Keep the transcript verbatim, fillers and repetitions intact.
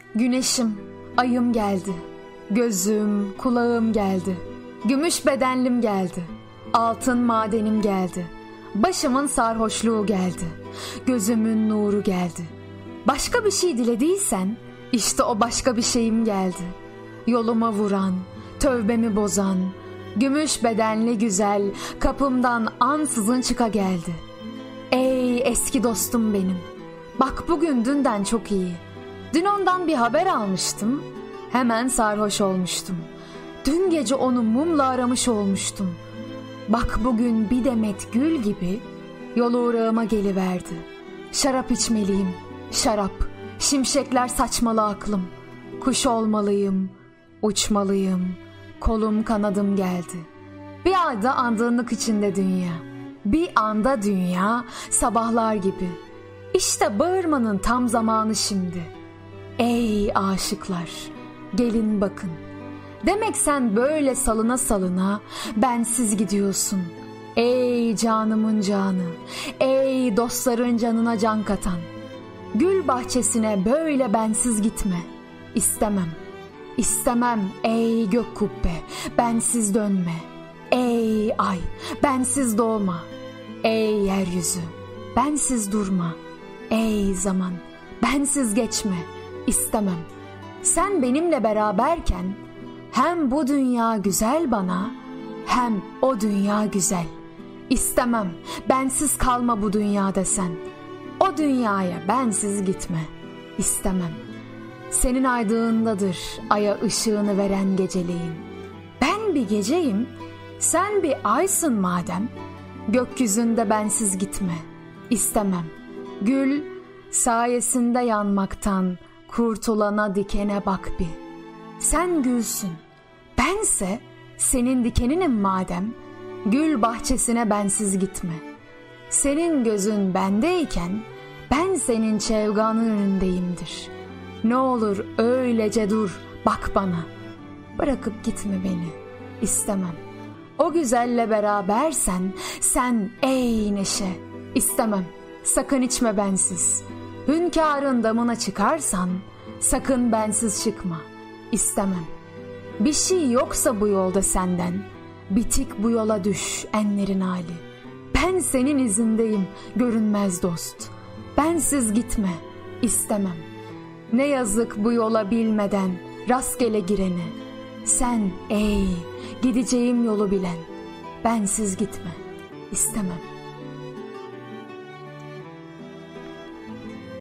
Güneşim, ayım geldi. Gözüm, kulağım geldi. Gümüş bedenlim geldi. Altın madenim geldi. Başımın sarhoşluğu geldi. Gözümün nuru geldi. Başka bir şey dilediysen, işte o başka bir şeyim geldi. Yoluma vuran, tövbemi bozan, gümüş bedenli güzel, kapımdan ansızın çıka geldi. Ey eski dostum benim, bak bugün dünden çok iyi. Dün ondan bir haber almıştım, hemen sarhoş olmuştum. Dün gece onu mumla aramış olmuştum. Bak bugün bir demet gül gibi yolu uğrağıma geliverdi. Şarap içmeliyim, şarap, şimşekler saçmalı aklım. Kuş olmalıyım, uçmalıyım, kolum kanadım geldi. Bir anda andığınlık içinde dünya, bir anda dünya sabahlar gibi. İşte bağırmanın tam zamanı şimdi. Ey aşıklar, gelin bakın. Demek sen böyle salına salına bensiz gidiyorsun. Ey canımın canı, ey dostların canına can katan. Gül bahçesine böyle bensiz gitme. İstemem, istemem ey gök kubbe, bensiz dönme. Ey ay, bensiz doğma. Ey yeryüzü, bensiz durma. Ey zaman, bensiz geçme. İstemem. Sen benimle beraberken hem bu dünya güzel bana, hem o dünya güzel. İstemem, bensiz kalma bu dünyada sen. O dünyaya bensiz gitme. İstemem. Senin aydınındadır aya ışığını veren geceleyin. Ben bir geceyim, sen bir aysın madem. Gökyüzünde bensiz gitme. İstemem. Gül sayesinde yanmaktan kurtulana dikene bak bir. Sen gülsün, bense senin dikeninim madem. Gül bahçesine bensiz gitme. Senin gözün bendeyken ben senin çevganın önündeyimdir. Ne olur öylece dur, bak bana. Bırakıp gitme beni, istemem. O güzelle berabersen sen ey neşe, istemem. Sakın içme bensiz. Hünkârın damına çıkarsan sakın bensiz çıkma. İstemem. Bir şey yoksa bu yolda senden, bitik bu yola düş enlerin hali. Ben senin izindeyim görünmez dost. Bensiz gitme, istemem. Ne yazık bu yola bilmeden rastgele girene. Sen ey gideceğim yolu bilen, bensiz gitme, istemem.